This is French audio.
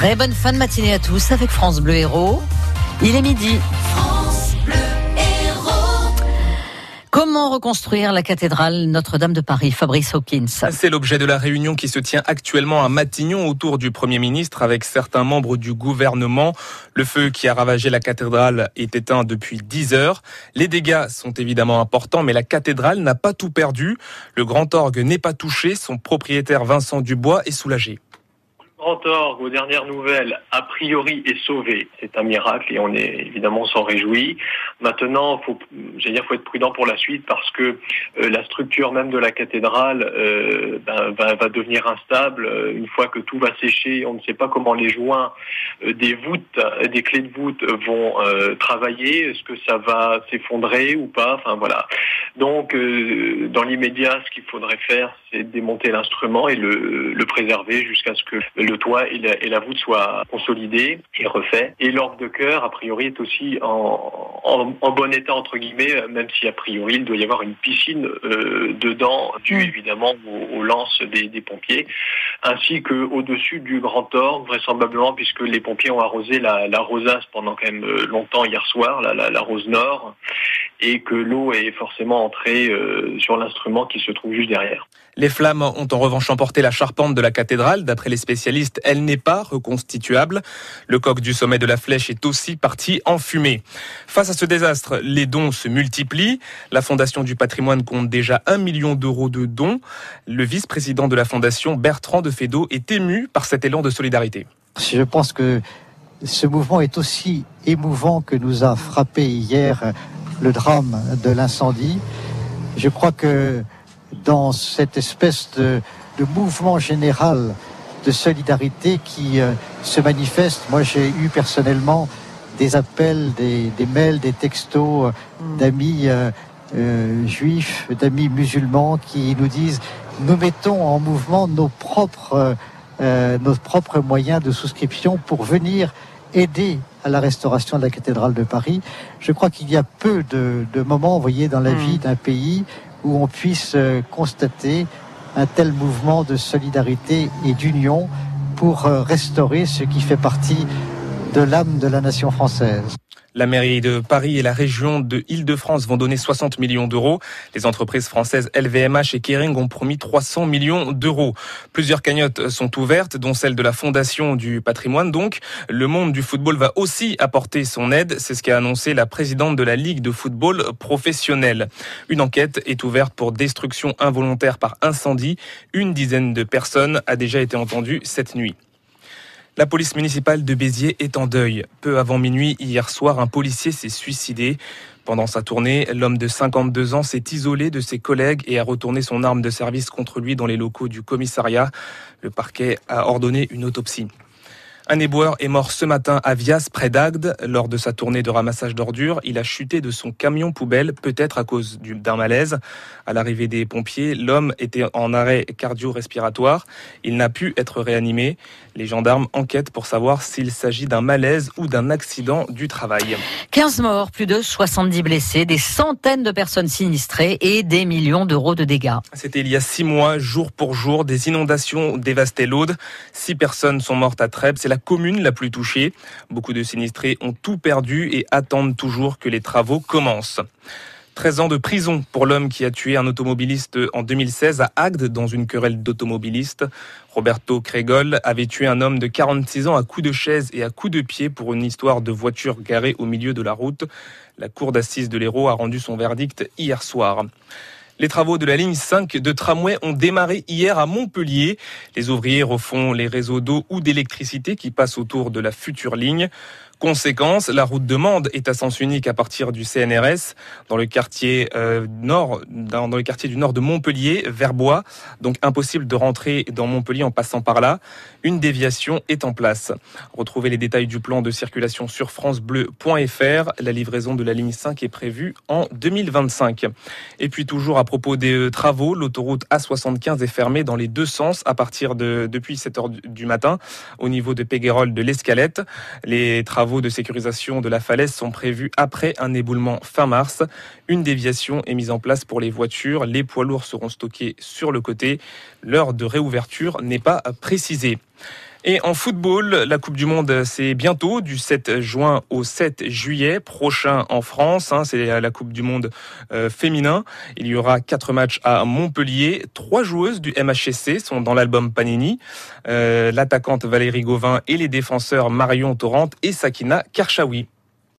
Très bonne fin de matinée à tous avec France Bleu Héros. Il est midi. France Bleu Héros. Comment reconstruire la cathédrale Notre-Dame de Paris, Fabrice Hawkins? C'est l'objet de la réunion qui se tient actuellement à Matignon autour du Premier ministre avec certains membres du gouvernement. Le feu qui a ravagé la cathédrale est éteint depuis 10 heures. Les dégâts sont évidemment importants, mais la cathédrale n'a pas tout perdu. Le grand orgue n'est pas touché. Son propriétaire Vincent Dubois est soulagé. Grand orgue, aux dernières nouvelles, a priori est sauvé. C'est un miracle et on s'en réjouit. Maintenant, faut être prudent pour la suite parce que la structure même de la cathédrale va devenir instable une fois que tout va sécher. On ne sait pas comment les joints des voûtes, des clés de voûte vont travailler. Est-ce que ça va s'effondrer ou pas? Enfin voilà. Donc, dans l'immédiat, ce qu'il faudrait faire, c'est démonter l'instrument et le préserver jusqu'à ce que le toit et la voûte soient consolidés et refaits. Et l'orgue de chœur, a priori, est aussi en bon état, entre guillemets, même si a priori, il doit y avoir une piscine dedans, due évidemment aux lances des pompiers, ainsi que au-dessus du grand orgue, vraisemblablement, puisque les pompiers ont arrosé la rosace pendant quand même longtemps hier soir, la rose nord, et que l'eau est forcément entrée sur l'instrument qui se trouve juste derrière. Les flammes ont en revanche emporté la charpente de la cathédrale. D'après les spécialistes, elle n'est pas reconstituable. Le coq du sommet de la flèche est aussi parti en fumée. Face à ce désastre, les dons se multiplient. La Fondation du patrimoine compte déjà 1 million d'euros de dons. Le vice-président de la Fondation, Bertrand de Fédot, est ému par cet élan de solidarité. Je pense que ce mouvement est aussi émouvant que nous a frappé hier le drame de l'incendie. Je crois que dans cette espèce de mouvement général de solidarité qui se manifeste, moi j'ai eu personnellement des appels, des mails, des textos d'amis juifs, d'amis musulmans qui nous disent nous mettons en mouvement nos propres moyens de souscription pour venir aider à la restauration de la cathédrale de Paris. Je crois qu'il y a peu de moments, vous voyez, dans la vie d'un pays où on puisse constater un tel mouvement de solidarité et d'union pour restaurer ce qui fait partie de l'âme de la nation française. La mairie de Paris et la région de Île-de-France vont donner 60 millions d'euros. Les entreprises françaises LVMH et Kering ont promis 300 millions d'euros. Plusieurs cagnottes sont ouvertes, dont celle de la Fondation du patrimoine. Donc, le monde du football va aussi apporter son aide. C'est ce qu'a annoncé la présidente de la Ligue de football professionnel. Une enquête est ouverte pour destruction involontaire par incendie. Une dizaine de personnes a déjà été entendue cette nuit. La police municipale de Béziers est en deuil. Peu avant minuit, hier soir, un policier s'est suicidé. Pendant sa tournée, l'homme de 52 ans s'est isolé de ses collègues et a retourné son arme de service contre lui dans les locaux du commissariat. Le parquet a ordonné une autopsie. Un éboueur est mort ce matin à Vias, près d'Agde. Lors de sa tournée de ramassage d'ordures, il a chuté de son camion poubelle, peut-être à cause d'un malaise. À l'arrivée des pompiers, l'homme était en arrêt cardio-respiratoire. Il n'a pu être réanimé. Les gendarmes enquêtent pour savoir s'il s'agit d'un malaise ou d'un accident du travail. 15 morts, plus de 70 blessés, des centaines de personnes sinistrées et des millions d'euros de dégâts. C'était il y a 6 mois, jour pour jour, des inondations dévastaient l'Aude. 6 personnes sont mortes à Trèbes. C'est la commune la plus touchée. Beaucoup de sinistrés ont tout perdu et attendent toujours que les travaux commencent. 13 ans de prison pour l'homme qui a tué un automobiliste en 2016 à Agde dans une querelle d'automobilistes. Roberto Crégol avait tué un homme de 46 ans à coups de chaise et à coups de pied pour une histoire de voiture garée au milieu de la route. La cour d'assises de l'Hérault a rendu son verdict hier soir. Les travaux de la ligne 5 de tramway ont démarré hier à Montpellier. Les ouvriers refont les réseaux d'eau ou d'électricité qui passent autour de la future ligne. Conséquence, la route de Mende est à sens unique à partir du CNRS dans le quartier du nord de Montpellier, Verbois. Donc impossible de rentrer dans Montpellier en passant par là. Une déviation est en place. Retrouvez les détails du plan de circulation sur francebleu.fr. La livraison de la ligne 5 est prévue en 2025. Et puis toujours à propos des travaux, l'autoroute A75 est fermée dans les deux sens à partir depuis 7h du matin au niveau de Péguerolles de l'Escalette. Les travaux de sécurisation de la falaise sont prévus après un éboulement fin mars. Une déviation est mise en place pour les voitures. Les poids lourds seront stockés sur le côté. L'heure de réouverture n'est pas précisée. Et en football, la Coupe du Monde, c'est bientôt, du 7 juin au 7 juillet prochain en France. C'est la Coupe du Monde féminin. Il y aura 4 matchs à Montpellier. 3 joueuses du MHSC sont dans l'album Panini. L'attaquante Valérie Gauvin et les défenseurs Marion Torrente et Sakina Karchaoui.